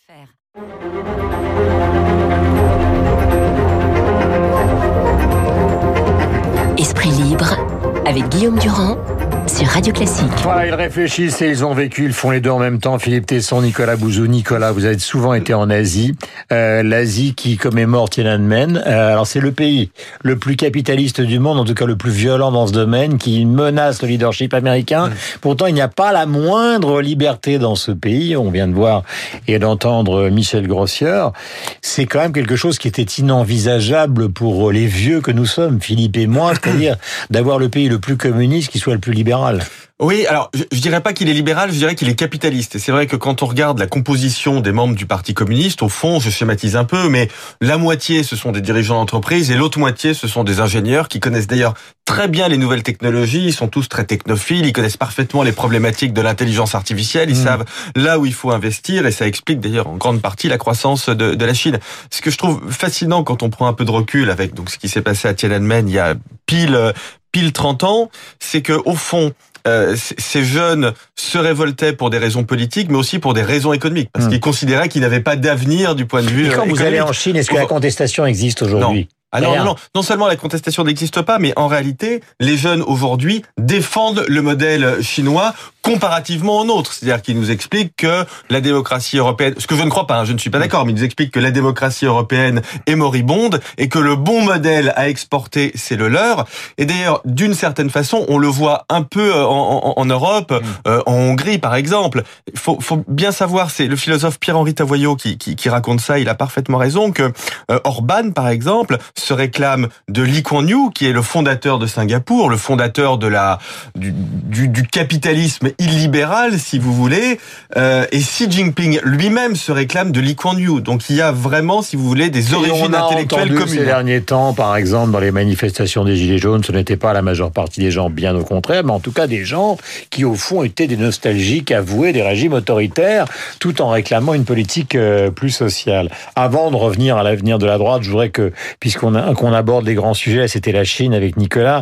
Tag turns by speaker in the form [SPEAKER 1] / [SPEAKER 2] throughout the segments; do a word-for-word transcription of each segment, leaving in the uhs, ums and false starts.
[SPEAKER 1] Esprit libre avec Guillaume Durand sur Radio Classique.
[SPEAKER 2] Voilà, ils réfléchissent et ils ont vécu, ils font les deux en même temps. Philippe Tesson, Nicolas Bouzou. Nicolas, vous avez souvent été en Asie. Euh, L'Asie qui commémore Tiananmen. Euh, alors c'est le pays le plus capitaliste du monde, en tout cas le plus violent dans ce domaine, qui menace le leadership américain. Mmh. Pourtant, il n'y a pas la moindre liberté dans ce pays. On vient de voir et d'entendre Michel Grossière. C'est quand même quelque chose qui était inenvisageable pour les vieux que nous sommes, Philippe et moi, c'est-à-dire d'avoir le pays le plus communiste qui soit le plus libéral.
[SPEAKER 3] Oui, alors je, je dirais pas qu'il est libéral, je dirais qu'il est capitaliste. Et c'est vrai que quand on regarde la composition des membres du Parti communiste, au fond, je schématise un peu, mais la moitié ce sont des dirigeants d'entreprise et l'autre moitié ce sont des ingénieurs qui connaissent d'ailleurs très bien les nouvelles technologies, ils sont tous très technophiles, ils connaissent parfaitement les problématiques de l'intelligence artificielle, ils mmh. savent là où il faut investir et ça explique d'ailleurs en grande partie la croissance de, de la Chine. Ce que je trouve fascinant quand on prend un peu de recul avec donc ce qui s'est passé à Tiananmen il y a pile pile trente ans, c'est que au fond Euh, ces jeunes se révoltaient pour des raisons politiques, mais aussi pour des raisons économiques, parce mmh. qu'ils considéraient qu'ils n'avaient pas d'avenir du point de vue.
[SPEAKER 2] Et quand
[SPEAKER 3] économique.
[SPEAKER 2] Vous allez en Chine, est-ce que la contestation existe aujourd'hui ?
[SPEAKER 3] Non. Ah non, non, non, non seulement la contestation n'existe pas, mais en réalité, les jeunes aujourd'hui défendent le modèle chinois comparativement au nôtre. C'est-à-dire qu'ils nous expliquent que la démocratie européenne, ce que je ne crois pas, hein, je ne suis pas d'accord, mais ils nous expliquent que la démocratie européenne est moribonde et que le bon modèle à exporter, c'est le leur. Et d'ailleurs, d'une certaine façon, on le voit un peu en, en, en Europe, mmh. euh, en Hongrie par exemple. Il faut, faut bien savoir, c'est le philosophe Pierre-Henri Tavoyot qui, qui, qui raconte ça, il a parfaitement raison, que euh, Orban par exemple se réclame de Lee Kuan Yew, qui est le fondateur de Singapour, le fondateur de la du, du, du capitalisme illibéral, si vous voulez, euh, et Xi Jinping lui-même se réclame de Lee Kuan Yew. Donc il y a vraiment, si vous voulez, des origines intellectuelles communes.
[SPEAKER 2] Ces derniers temps, par exemple, dans les manifestations des Gilets jaunes, ce n'était pas la majeure partie des gens, bien au contraire, mais en tout cas des gens qui, au fond, étaient des nostalgiques avoués des régimes autoritaires, tout en réclamant une politique euh, plus sociale. Avant de revenir à l'avenir de la droite, je voudrais que, puisqu'on a, qu'on aborde les grands sujets, c'était la Chine avec Nicolas.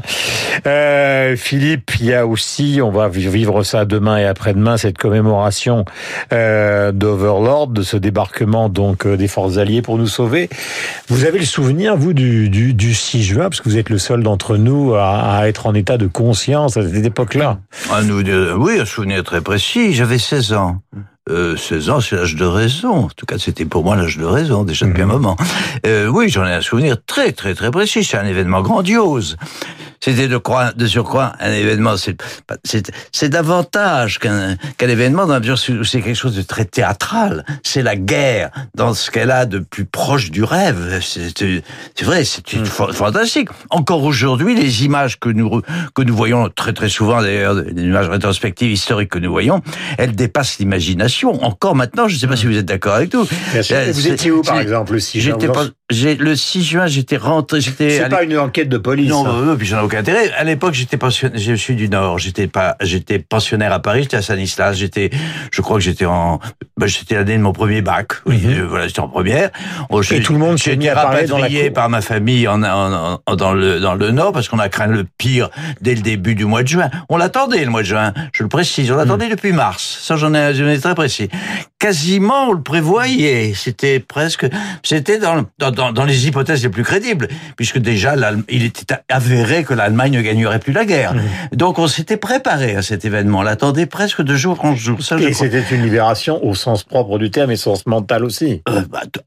[SPEAKER 2] Euh, Philippe, il y a aussi, on va vivre ça demain et après-demain, cette commémoration euh, d'Overlord, de ce débarquement donc euh, des forces alliées pour nous sauver. Vous avez le souvenir, vous, du, du, du six juin, parce que vous êtes le seul d'entre nous à, à être en état de conscience à cette époque-là.
[SPEAKER 4] Ah, nous, euh, oui, un souvenir très précis. J'avais seize ans. Euh, seize ans, c'est l'âge de raison. En tout cas, c'était pour moi l'âge de raison, déjà depuis mmh. un moment. Euh, oui, j'en ai un souvenir très, très, très précis. C'est un événement grandiose. C'était de, croire, de surcroît un événement, c'est, c'est, c'est davantage qu'un, qu'un événement dans la mesure où c'est quelque chose de très théâtral. C'est la guerre dans ce qu'elle a de plus proche du rêve. C'est, c'est vrai, c'est mmh. fantastique. Encore aujourd'hui, les images que nous, que nous voyons très très souvent, d'ailleurs, les images rétrospectives historiques que nous voyons, elles dépassent l'imagination. Encore maintenant, je ne sais pas mmh. si vous êtes d'accord avec tout.
[SPEAKER 2] Bien sûr. Euh, vous étiez où, par exemple, le six juin?
[SPEAKER 4] J'étais pas, j'ai, le six juin, j'étais rentré, j'étais...
[SPEAKER 2] C'est pas une enquête de police.
[SPEAKER 4] Non, hein. euh, puis j'en ai aucun intérêt. À l'époque, j'étais pensionnaire, je suis du Nord, j'étais pas, j'étais pensionnaire à Paris, j'étais à Stanislas, j'étais, je crois que j'étais en, bah, j'étais l'année de mon premier bac, oui, mm-hmm. voilà, j'étais en première.
[SPEAKER 2] Oh, Et tout le monde s'est mis à parler dans la cour.
[SPEAKER 4] Par ma famille en, en, en, dans le, dans le Nord, parce qu'on a craint le pire dès le début du mois de juin. On l'attendait, le mois de juin, je le précise, on l'attendait mm. depuis mars. Ça, j'en ai, j'en ai très précis. Quasiment, on le prévoyait. C'était presque, c'était dans, dans, dans, dans les hypothèses les plus crédibles, puisque déjà, il était avéré que l'Allemagne ne gagnerait plus la guerre. Mmh. Donc on s'était préparé à cet événement. On l'attendait presque de jour en jour. Ça,
[SPEAKER 2] et c'était une libération au sens propre du terme et au sens mental aussi.
[SPEAKER 4] Euh, bah, t-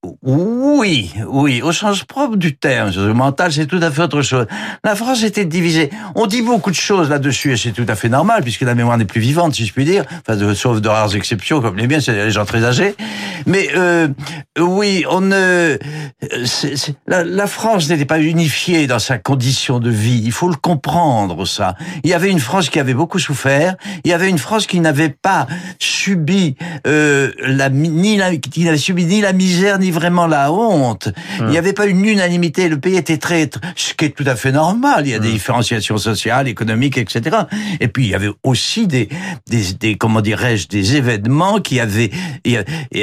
[SPEAKER 4] Oui, oui, au sens propre du terme. Le mental, c'est tout à fait autre chose. La France était divisée. On dit beaucoup de choses là-dessus, et c'est tout à fait normal, puisque la mémoire n'est plus vivante, si je puis dire. Enfin, de, sauf de rares exceptions, comme les miens, c'est les gens très âgés. Mais euh, oui, on ne... C'est, c'est, la, la France n'était pas unifiée dans sa condition de vie. Il faut le comprendre, ça. Il y avait une France qui avait beaucoup souffert. Il y avait une France qui n'avait pas subi euh, la, ni la, qui n'avait subi ni la misère, ni vraiment vraiment la honte. Mmh. Il n'y avait pas une unanimité. Le pays était très, ce qui est tout à fait normal. Il y a mmh. des différenciations sociales, économiques, et cetera. Et puis, il y avait aussi des, des, des comment dirais-je, des événements qui avaient, il y,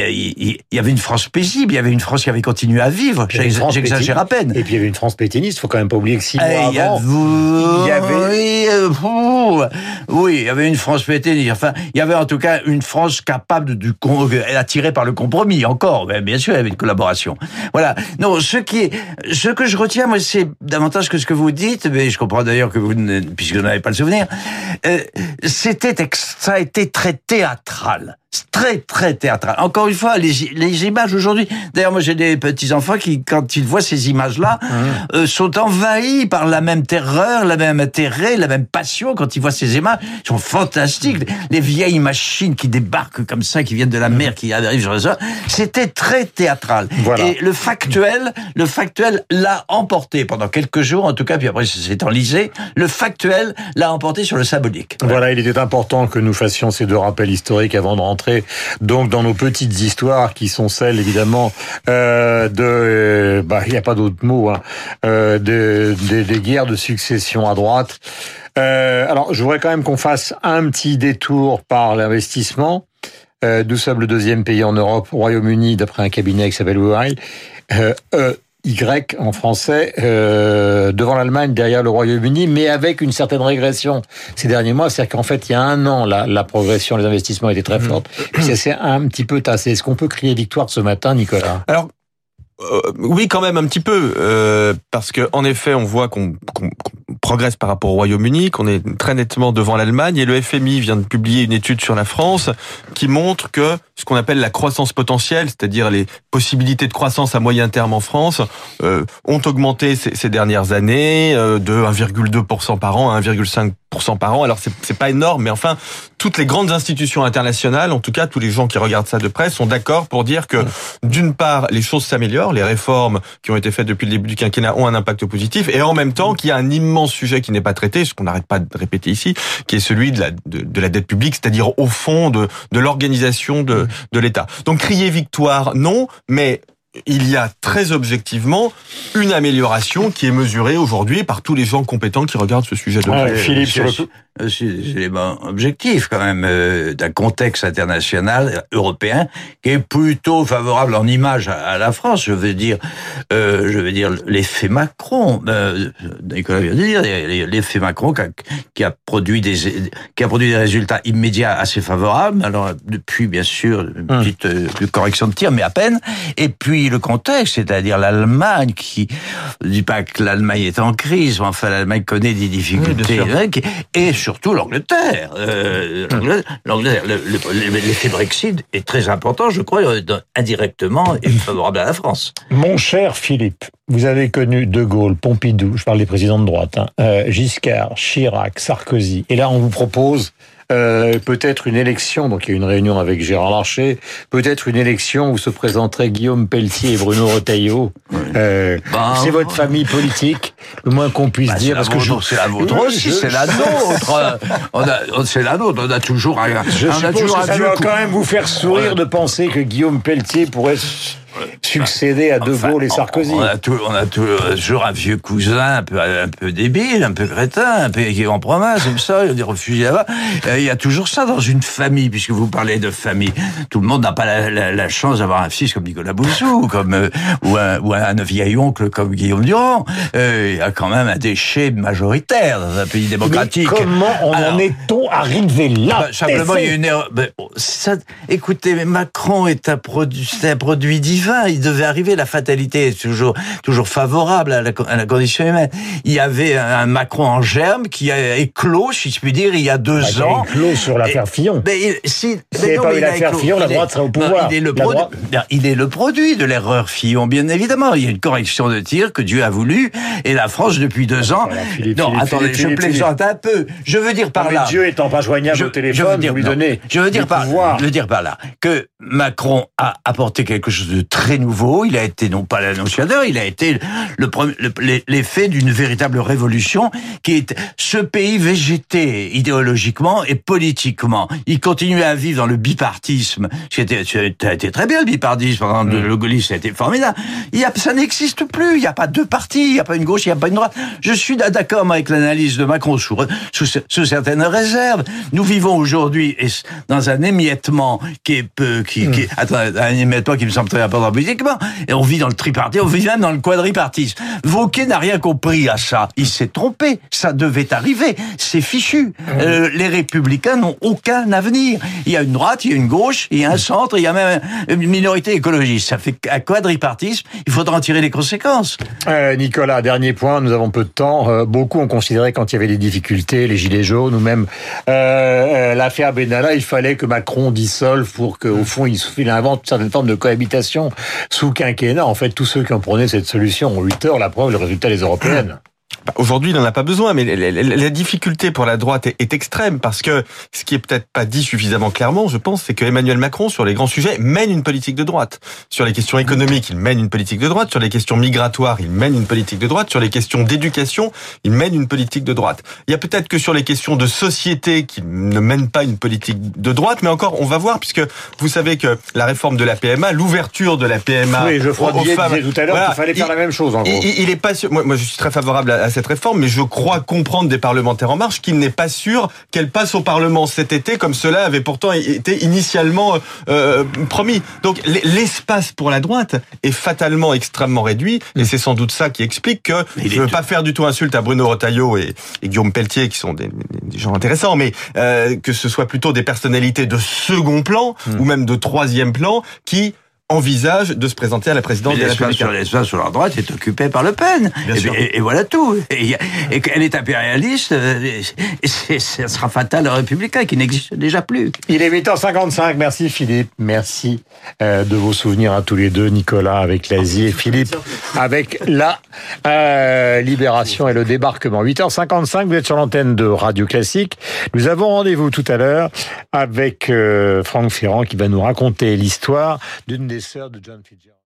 [SPEAKER 4] il y avait une France paisible, il y avait une France qui avait continué à vivre. J'exagère à peine.
[SPEAKER 2] Et puis, il y avait une France pétainiste. Il faut quand même pas oublier que six mois avant,
[SPEAKER 4] il y, avait... il y avait... Oui, euh, oui, il y avait une France pétainiste. Enfin, il y avait en tout cas une France capable de, de attirée par le compromis. Encore, mais bien sûr, il y avait une collaboration. Voilà. Non, ce qui est, ce que je retiens, moi, c'est davantage que ce que vous dites, mais je comprends d'ailleurs que vous, puisque vous n'avez pas le souvenir, euh, c'était, ça a été très théâtral. Très, très théâtral. Encore une fois, les, les images aujourd'hui... D'ailleurs, moi, j'ai des petits-enfants qui, quand ils voient ces images-là, mmh. euh, sont envahis par la même terreur, la même intérêt, la même passion. Quand ils voient ces images, ils sont fantastiques. Les vieilles machines qui débarquent comme ça, qui viennent de la mer, qui arrivent sur ça. C'était très théâtral. Voilà. Et le factuel, le factuel l'a emporté pendant quelques jours, en tout cas, puis après, c'est enlisé. Le factuel l'a emporté sur le symbolique.
[SPEAKER 2] Voilà, il était important que nous fassions ces deux rappels historiques avant de rentrer donc dans nos petites histoires qui sont celles évidemment euh, de bah il n'y a pas d'autre mot hein, euh, de, de des guerres de succession à droite. Euh, alors je voudrais quand même qu'on fasse un petit détour par l'investissement. Euh, nous sommes le deuxième pays en Europe, au Royaume-Uni, d'après un cabinet qui s'appelle Weil. Euh, euh, Y en français, euh, devant l'Allemagne, derrière le Royaume-Uni, mais avec une certaine régression ces derniers mois. C'est-à-dire qu'en fait, il y a un an, la, la progression, les investissements étaient très fortes. Puis ça s'est un petit peu tassé. Est-ce qu'on peut crier victoire ce matin, Nicolas ?
[SPEAKER 3] Alors, euh, oui, quand même un petit peu, euh, parce que en effet, on voit qu'on, qu'on, qu'on progresse par rapport au Royaume-Uni, qu'on est très nettement devant l'Allemagne, et le F M I vient de publier une étude sur la France qui montre que ce qu'on appelle la croissance potentielle, c'est-à-dire les possibilités de croissance à moyen terme en France, euh, ont augmenté ces, ces dernières années euh, de un virgule deux pour cent par an à un virgule cinq pour cent par an. Alors c'est, c'est pas énorme, mais enfin, toutes les grandes institutions internationales, en tout cas tous les gens qui regardent ça de près, sont d'accord pour dire que d'une part, les choses s'améliorent, les réformes qui ont été faites depuis le début du quinquennat ont un impact positif, et en même temps qu'il y a un immense sujet qui n'est pas traité, ce qu'on n'arrête pas de répéter ici, qui est celui de la, de, de la dette publique, c'est-à-dire au fond de, de l'organisation de, de l'État. Donc crier victoire, non, mais il y a très objectivement une amélioration qui est mesurée aujourd'hui par tous les gens compétents qui regardent ce sujet de près.
[SPEAKER 2] Ah, Philippe, sur le coup.
[SPEAKER 4] C'est l'élément objectif quand même euh, d'un contexte international européen qui est plutôt favorable en image à, à la France. Je veux dire, euh, je veux dire l'effet Macron. Euh, Nicolas vient de dire l'effet Macron qui a, qui a produit des qui a produit des résultats immédiats assez favorables. Alors depuis bien sûr une petite euh, correction de tir, mais à peine. Et puis le contexte, c'est-à-dire l'Allemagne qui, je dis pas que l'Allemagne est en crise, mais enfin l'Allemagne connaît des difficultés oui, et surtout l'Angleterre. Euh, L'Angleterre, le, le, l'effet Brexit est très important, je crois, indirectement et favorable à la France.
[SPEAKER 2] Mon cher Philippe, vous avez connu De Gaulle, Pompidou, je parle des présidents de droite, hein, euh, Giscard, Chirac, Sarkozy, et là on vous propose Euh, peut-être une élection, donc il y a une réunion avec Gérard Larcher, peut-être une élection où se présenteraient Guillaume Pelletier et Bruno Retailleau. Oui. Euh, bah, c'est votre famille politique, le moins qu'on puisse bah, dire. Parce que je...
[SPEAKER 4] C'est la vôtre oui, aussi, je... c'est la nôtre. on a, c'est la nôtre, on a toujours un,
[SPEAKER 2] je on a toujours que un ça doit coup. Quand même vous faire sourire ouais. de penser que Guillaume Pelletier pourrait succéder à De Gaulle enfin, et Sarkozy.
[SPEAKER 4] On a, tout, on a toujours un vieux cousin un peu, un peu débile, un peu crétin, un peu qui est en province, comme ça, il y a des réfugiés là-bas. Il y a toujours ça dans une famille, puisque vous parlez de famille. Tout le monde n'a pas la, la, la chance d'avoir un fils comme Nicolas Boussou, comme, euh, ou, un, ou un vieil oncle comme Guillaume Durand. Euh, il y a quand même un déchet majoritaire dans un pays démocratique.
[SPEAKER 2] Mais comment on Alors, en est-on arrivé là?
[SPEAKER 4] Bah, simplement, il y a une erreur. Bah, ça, écoutez, mais Macron est un produit, c'est un produit divin. Il devait arriver, la fatalité est toujours, toujours favorable à la, à la condition humaine. Il y avait un Macron en germe qui a éclos, si je puis dire, il y a deux
[SPEAKER 2] bah,
[SPEAKER 4] ans.
[SPEAKER 2] Il a éclos sur l'affaire Fillon.
[SPEAKER 4] Mais il, si,
[SPEAKER 2] S'il n'y avait pas eu l'affaire Fillon, la droite serait au pouvoir.
[SPEAKER 4] Non, il, est le produ- il est le produit de l'erreur Fillon, bien évidemment. Il y a une correction de tir que Dieu a voulu, et la France, depuis deux ans...
[SPEAKER 2] Voilà, Philippe,
[SPEAKER 4] non,
[SPEAKER 2] Philippe,
[SPEAKER 4] attendez,
[SPEAKER 2] Philippe,
[SPEAKER 4] je plaisante un peu. Je veux dire par
[SPEAKER 2] non,
[SPEAKER 4] là...
[SPEAKER 2] Dieu étant pas joignable
[SPEAKER 4] je,
[SPEAKER 2] au téléphone,
[SPEAKER 4] je veux dire,
[SPEAKER 2] vous lui
[SPEAKER 4] non,
[SPEAKER 2] donnez
[SPEAKER 4] Je veux dire par,
[SPEAKER 2] pouvoir.
[SPEAKER 4] le dire par là que Macron a apporté quelque chose de très très nouveau. Il a été non pas l'annonciateur, il a été le, le l'effet d'une véritable révolution qui est ce pays végété idéologiquement et politiquement. Il continuait à vivre dans le bipartisme. C'était, ça a été très bien le bipartisme. Par exemple, mmh. le gaullisme, ça a été formidable. Il y a, ça n'existe plus. Il n'y a pas deux partis. Il n'y a pas une gauche, il n'y a pas une droite. Je suis d'accord avec l'analyse de Macron sous, sous, sous certaines réserves. Nous vivons aujourd'hui dans un émiettement qui est peu, qui, mmh. qui est, attends, un émiettement qui me semble très important politiquement. Et on vit dans le tripartite, on vit même dans le quadripartisme. Wauquiez n'a rien compris à ça. Il s'est trompé. Ça devait arriver. C'est fichu. Mmh. Euh, les Républicains n'ont aucun avenir. Il y a une droite, il y a une gauche, il y a un centre, il y a même une minorité écologiste. Ça fait un quadripartisme. Il faudra en tirer les conséquences.
[SPEAKER 2] Euh, Nicolas, dernier point. Nous avons peu de temps. Euh, beaucoup ont considéré quand il y avait des difficultés, les gilets jaunes ou même euh, euh, l'affaire Benalla, il fallait que Macron dissolve pour qu'au fond il, il invente une certaine forme de cohabitation sous quinquennat. En fait, tous ceux qui ont prôné cette solution ont eu tort. La preuve, le résultat des européennes.
[SPEAKER 3] Aujourd'hui, il n'en a pas besoin, mais la difficulté pour la droite est extrême parce que ce qui est peut-être pas dit suffisamment clairement, je pense, c'est que Emmanuel Macron, sur les grands sujets, mène une politique de droite. Sur les questions économiques, il mène une politique de droite. Sur les questions migratoires, il mène une politique de droite. Sur les questions d'éducation, il mène une politique de droite. Il y a peut-être que sur les questions de société qu'il ne mène pas une politique de droite, mais encore, on va voir, puisque vous savez que la réforme de la P M A, l'ouverture de la P M A
[SPEAKER 2] oui, je
[SPEAKER 3] aux, aux femmes,
[SPEAKER 2] disait tout à l'heure voilà, qu'il fallait faire
[SPEAKER 3] il,
[SPEAKER 2] la même chose. En gros.
[SPEAKER 3] Il, il est pas sûr. Moi, moi, je suis très favorable à, à cette réforme, mais je crois comprendre des parlementaires en marche qu'il n'est pas sûr qu'elle passe au Parlement cet été, comme cela avait pourtant été initialement euh, promis. Donc l'espace pour la droite est fatalement extrêmement réduit, et c'est sans doute ça qui explique que mais je ne veux pas faire du tout insulte à Bruno Retailleau et, et Guillaume Pelletier, qui sont des, des gens intéressants, mais euh, que ce soit plutôt des personnalités de second plan mmh. ou même de troisième plan qui envisage de se présenter à la présidence de la République.
[SPEAKER 4] Sur l'espace sur la droite est occupé par Le Pen. Et, et, et voilà tout. Et, et qu'elle est impérialiste, et, et ça sera fatal aux Républicains qui n'existent déjà plus.
[SPEAKER 2] Il est huit heures cinquante-cinq. Merci Philippe. Merci euh, de vos souvenirs à tous les deux. Nicolas avec l'Asie et Philippe avec la euh, Libération et le débarquement. huit heures cinquante-cinq, vous êtes sur l'antenne de Radio Classique. Nous avons rendez-vous tout à l'heure avec euh, Franck Ferrand qui va nous raconter l'histoire d'une des sœurs de John Fitzgerald.